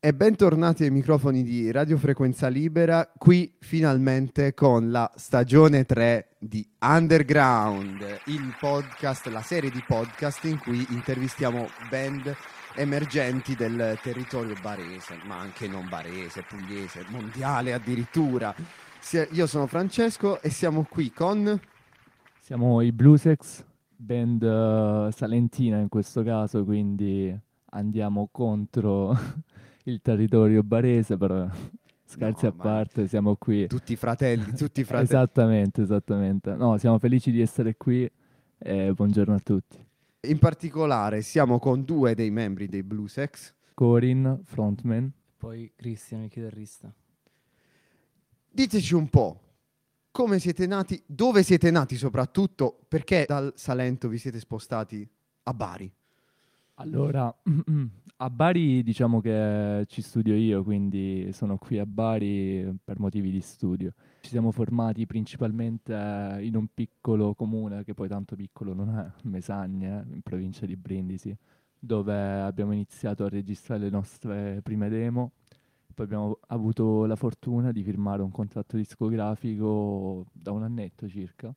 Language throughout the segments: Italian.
E bentornati ai microfoni di Radio Frequenza Libera, qui finalmente con la stagione 3 di Underground, il podcast, la serie di podcast in cui intervistiamo band emergenti del territorio barese, ma anche non barese, pugliese, mondiale addirittura. Io sono Francesco e siamo qui con... Siamo i Bluesex, band salentina in questo caso, quindi andiamo contro il territorio barese, però scherzi No, a ma parte, siamo qui. tutti fratelli, tutti fratelli. Esattamente, esattamente. No, siamo felici di essere qui e buongiorno a tutti. In particolare siamo con due dei membri dei Blue Sex. Corin, frontman. Poi Cristian, il chitarrista. Diteci un po', come siete nati, dove siete nati soprattutto, perché dal Salento vi siete spostati a Bari? Allora, a Bari diciamo che ci studio io, quindi sono qui a Bari per motivi di studio. Ci siamo formati principalmente in un piccolo comune, che poi tanto piccolo non è, Mesagne, in provincia di Brindisi, dove abbiamo iniziato a registrare le nostre prime demo. Poi abbiamo avuto la fortuna di firmare un contratto discografico da un annetto circa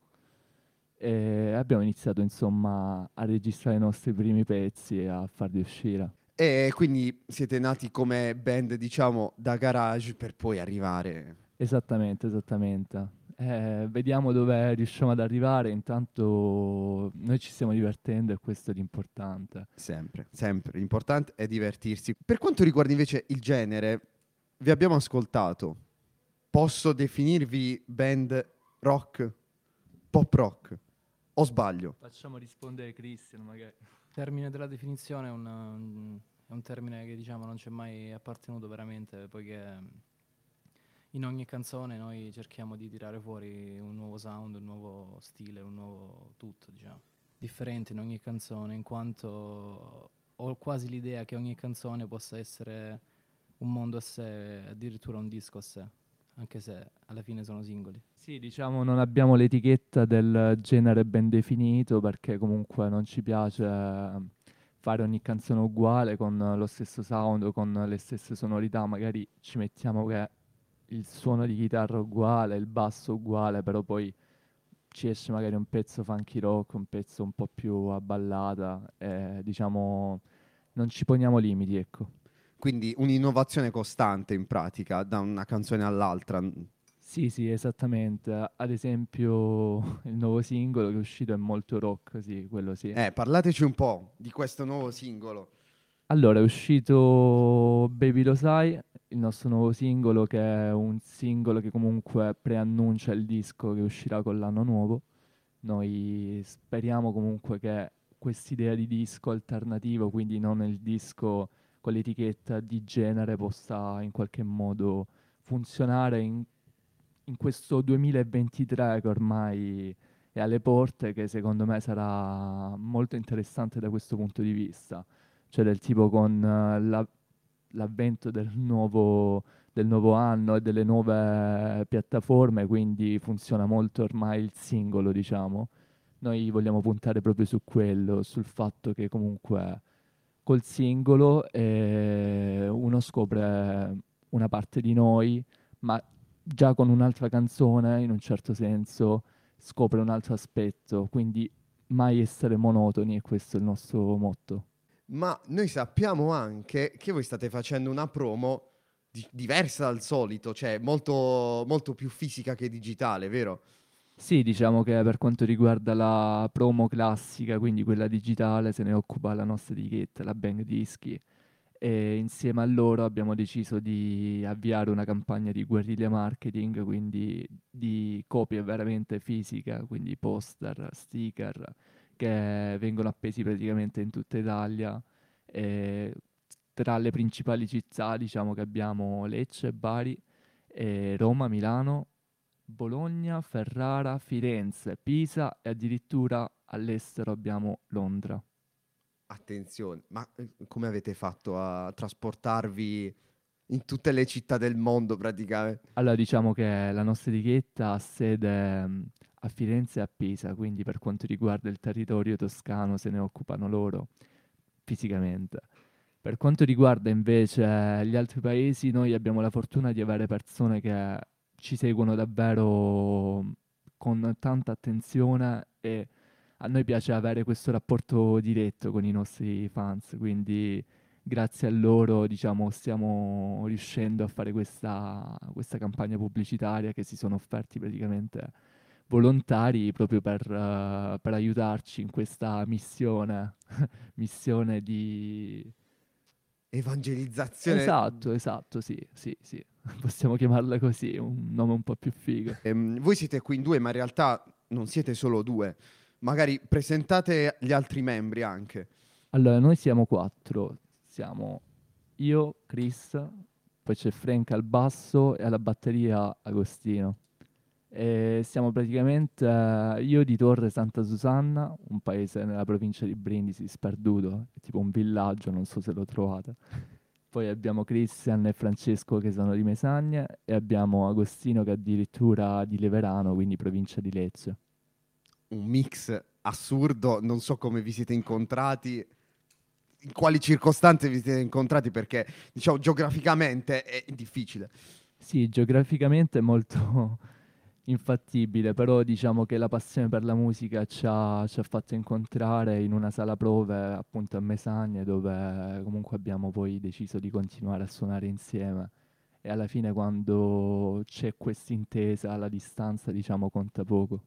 e abbiamo iniziato insomma a registrare i nostri primi pezzi e a farli uscire. E quindi siete nati come band, diciamo, da garage per poi arrivare Esattamente, esattamente. Vediamo dove riusciamo ad arrivare, intanto noi ci stiamo divertendo e questo è l'importante. sempre, sempre. L'importante è divertirsi. Per quanto riguarda invece il genere, vi abbiamo ascoltato. Posso definirvi band rock, pop rock, o sbaglio? Facciamo rispondere Christian magari. Termine della definizione è un termine che diciamo non c'è mai appartenuto veramente, poiché in ogni canzone noi cerchiamo di tirare fuori un nuovo sound, un nuovo stile, un nuovo tutto, diciamo. Differente in ogni canzone, in quanto ho quasi l'idea che ogni canzone possa essere un mondo a sé, addirittura un disco a sé, anche se alla fine sono singoli. Sì, diciamo non abbiamo l'etichetta del genere ben definito perché comunque non ci piace fare ogni canzone uguale con lo stesso sound o con le stesse sonorità, magari ci mettiamo che il suono di chitarra è uguale, il basso uguale, però poi ci esce magari un pezzo funky rock, un pezzo un po' più a ballata e diciamo non ci poniamo limiti, ecco. Quindi un'innovazione costante in pratica da una canzone all'altra. Sì, sì, esattamente. Ad esempio, il nuovo singolo che è uscito è molto rock, sì, quello sì. Parlateci un po' di questo nuovo singolo. Allora, è uscito Baby Lo Sai, il nostro nuovo singolo, che è un singolo che comunque preannuncia il disco che uscirà con l'anno nuovo. Noi speriamo comunque che quest'idea di disco alternativo, quindi non il disco con l'etichetta di genere, possa in qualche modo funzionare in questo 2023 che ormai è alle porte, che secondo me sarà molto interessante da questo punto di vista. Cioè del tipo con l'avvento del nuovo anno e delle nuove piattaforme, quindi funziona molto ormai il singolo, diciamo. Noi vogliamo puntare proprio su quello, sul fatto che comunque col singolo uno scopre una parte di noi, ma già con un'altra canzone, in un certo senso, scopre un altro aspetto, quindi mai essere monotoni e questo è il nostro motto. Ma noi sappiamo anche che voi state facendo una promo diversa dal solito, cioè molto, molto più fisica che digitale, vero? Sì, diciamo che per quanto riguarda la promo classica, quindi quella digitale, se ne occupa la nostra etichetta, la Bang Dischi, e insieme a loro abbiamo deciso di avviare una campagna di guerriglia marketing, quindi di copia veramente fisica, quindi poster, sticker, che vengono appesi praticamente in tutta Italia. E tra le principali città, diciamo che abbiamo Lecce, Bari, Roma, Milano, Bologna, Ferrara, Firenze, Pisa e addirittura all'estero abbiamo Londra. Attenzione, ma come avete fatto a trasportarvi in tutte le città del mondo praticamente? Allora, diciamo che la nostra etichetta ha sede a Firenze e a Pisa, quindi per quanto riguarda il territorio toscano se ne occupano loro fisicamente. Per quanto riguarda invece gli altri paesi, noi abbiamo la fortuna di avere persone che ci seguono davvero con tanta attenzione e a noi piace avere questo rapporto diretto con i nostri fans, quindi grazie a loro, diciamo, stiamo riuscendo a fare questa campagna pubblicitaria che si sono offerti praticamente volontari proprio per aiutarci in questa missione di... Evangelizzazione. Esatto, esatto, sì, sì, sì. Possiamo chiamarla così, un nome un po' più figo. Voi siete qui in due, ma in realtà non siete solo due. Magari presentate gli altri membri anche. Allora, noi siamo quattro. Siamo io, Chris, poi c'è Frank al basso e alla batteria Agostino. E siamo praticamente io di Torre Santa Susanna, un paese nella provincia di Brindisi, sperduto, è tipo un villaggio, non so se lo trovate. Poi abbiamo Christian e Francesco che sono di Mesagne e abbiamo Agostino che è addirittura di Leverano, quindi provincia di Lecce. Un mix assurdo, non so come vi siete incontrati, in quali circostanze vi siete incontrati, perché diciamo geograficamente è difficile. Sì, geograficamente è molto infattibile, però diciamo che la passione per la musica ci ha fatto incontrare in una sala prove appunto a Mesagne, dove comunque abbiamo poi deciso di continuare a suonare insieme. E alla fine quando c'è questa intesa, la distanza diciamo conta poco.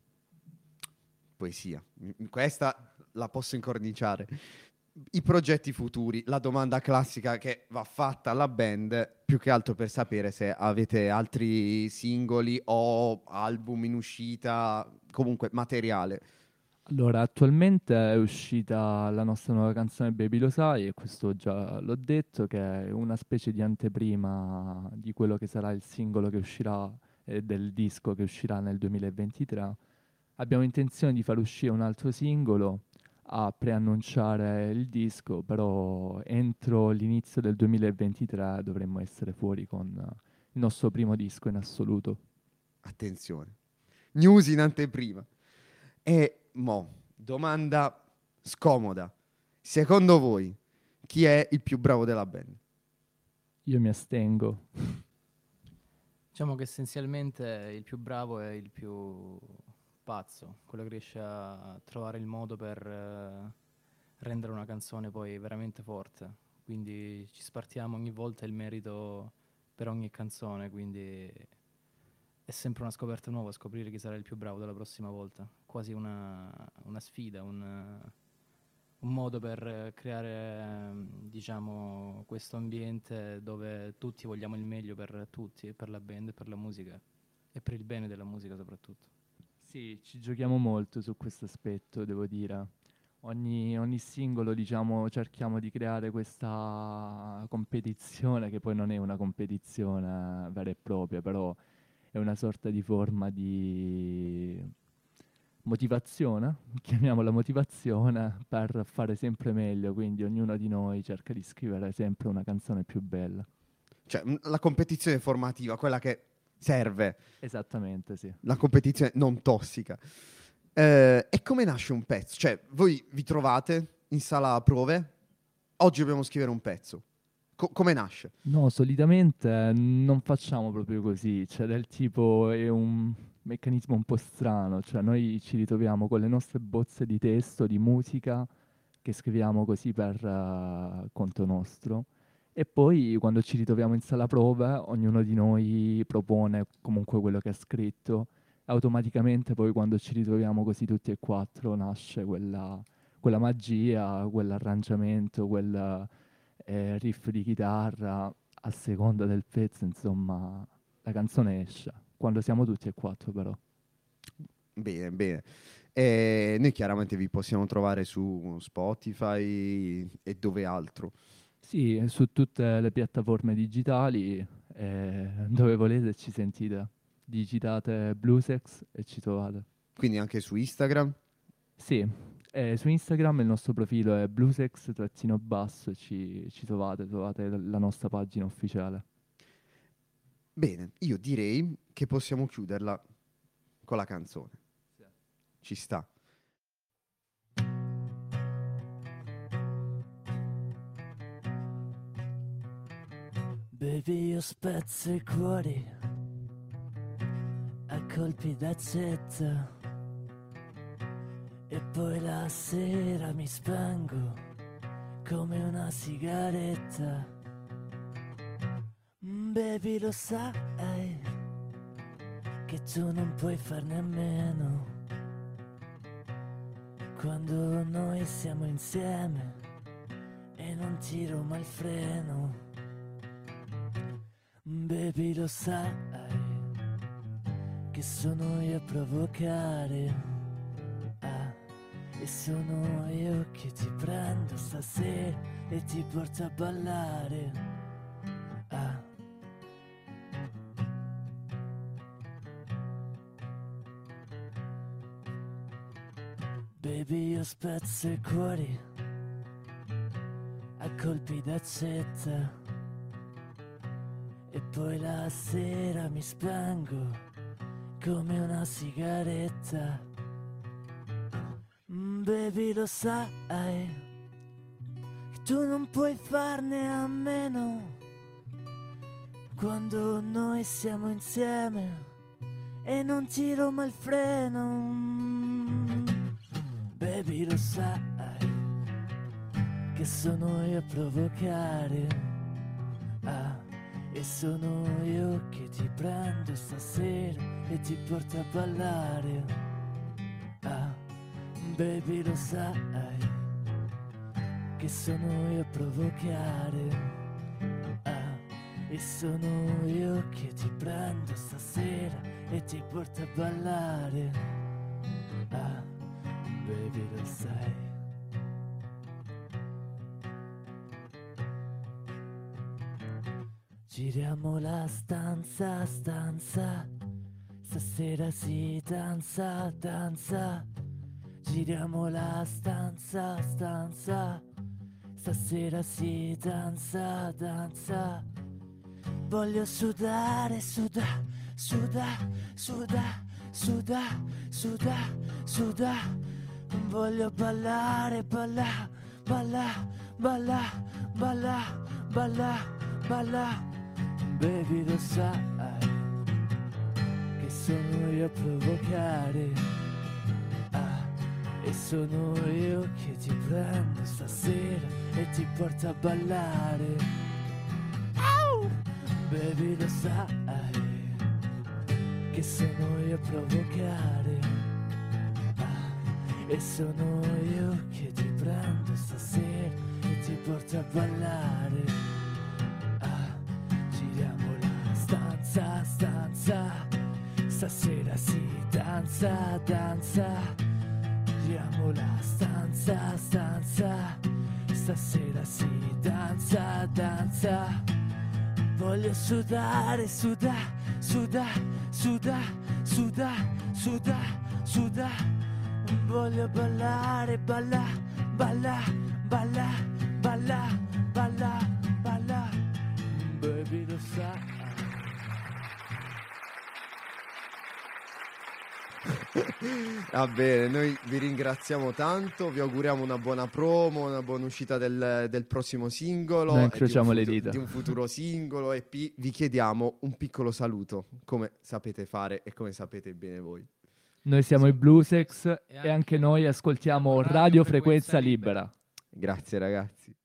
Poesia. Questa la posso incorniciare. I progetti futuri, la domanda classica che va fatta alla band, più che altro per sapere se avete altri singoli o album in uscita, comunque materiale. Allora, attualmente è uscita la nostra nuova canzone Baby Lo Sai, e questo già l'ho detto, che è una specie di anteprima di quello che sarà il singolo che uscirà, del disco che uscirà nel 2023. Abbiamo intenzione di far uscire un altro singolo a preannunciare il disco, però entro l'inizio del 2023 dovremmo essere fuori con il nostro primo disco in assoluto. Attenzione. News in anteprima. E domanda scomoda. Secondo voi, chi è il più bravo della band? Io mi astengo. Diciamo che essenzialmente il più bravo è il più pazzo, quello che riesce a trovare il modo per rendere una canzone poi veramente forte. Quindi ci spartiamo ogni volta il merito per ogni canzone, quindi è sempre una scoperta nuova scoprire chi sarà il più bravo della prossima volta. Quasi una sfida, un modo per creare, diciamo, questo ambiente dove tutti vogliamo il meglio per tutti, per la band, per la musica e per il bene della musica soprattutto. Sì, ci giochiamo molto su questo aspetto, devo dire. Ogni singolo, diciamo, cerchiamo di creare questa competizione, che poi non è una competizione vera e propria, però è una sorta di forma di motivazione, chiamiamola motivazione, per fare sempre meglio, quindi ognuno di noi cerca di scrivere sempre una canzone più bella. Cioè, la competizione formativa, quella che serve, Esattamente, sì. la competizione non tossica. E come nasce un pezzo? Cioè, voi vi trovate in sala prove, oggi dobbiamo scrivere un pezzo. Come nasce? No, solitamente non facciamo proprio così, cioè del tipo è un meccanismo un po' strano, cioè noi ci ritroviamo con le nostre bozze di testo, di musica, che scriviamo così per conto nostro, e poi quando ci ritroviamo in sala prove, ognuno di noi propone comunque quello che ha scritto, e automaticamente poi quando ci ritroviamo così tutti e quattro nasce quella magia, quell'arrangiamento, quel riff di chitarra, a seconda del pezzo, insomma, la canzone esce. Quando siamo tutti e quattro, però. Bene, bene. E noi chiaramente vi possiamo trovare su Spotify e dove altro. Sì, su tutte le piattaforme digitali, dove volete ci sentite. Digitate Bluesex e ci trovate. Quindi anche su Instagram. Sì, su Instagram il nostro profilo è bluesex-basso, ci trovate la nostra pagina ufficiale. Bene, io direi che possiamo chiuderla con la canzone. Sì. Ci sta. Baby, io spezzo i cuori a colpi d'accetta e poi la sera mi spengo come una sigaretta. Baby, lo sai che tu non puoi farne a meno quando noi siamo insieme e non tiro mai il freno. Baby, lo sai che sono io a provocare, e sono io che ti prendo stasera e ti porto a ballare. Baby, io spezzo i cuori a colpi d'accetta e poi la sera mi spengo come una sigaretta. Baby, lo sai che tu non puoi farne a meno quando noi siamo insieme e non tiro mai il freno. Baby, lo sai che sono io a provocare, e sono io che ti prendo stasera e ti porto a ballare. Baby, lo sai che sono io a provocare, e sono io che ti prendo stasera e ti porto a ballare. Baby, lo sai. Giriamo la stanza, stasera si danza, danza. Giriamo la stanza, stasera si danza, danza. Voglio sudare, suda, suda, suda, suda, suda, suda. Voglio ballare, balla, balla, balla, balla, balla, balla. Baby, lo sai che sono io a provocare, e sono io che ti prendo stasera e ti porto a ballare. Baby, lo sai che sono io a provocare, e sono io che ti prendo stasera e ti porto a ballare. Giriamo la stanza, stasera si danza, danza. Giriamo la stanza, stasera si danza, danza. Voglio sudare, suda, suda, suda, suda, suda, suda. Voglio ballare, balla, balla, balla, balla, balla, balla. Baby, lo sai. Va bene, noi vi ringraziamo tanto, vi auguriamo una buona promo, una buona uscita del prossimo singolo, Noi e incrociamo le dita. di un futuro singolo EP. Vi chiediamo un piccolo saluto, come sapete fare e come sapete bene voi. Noi siamo i Bluesex e anche noi ascoltiamo Radio Frequenza Libera. Grazie ragazzi.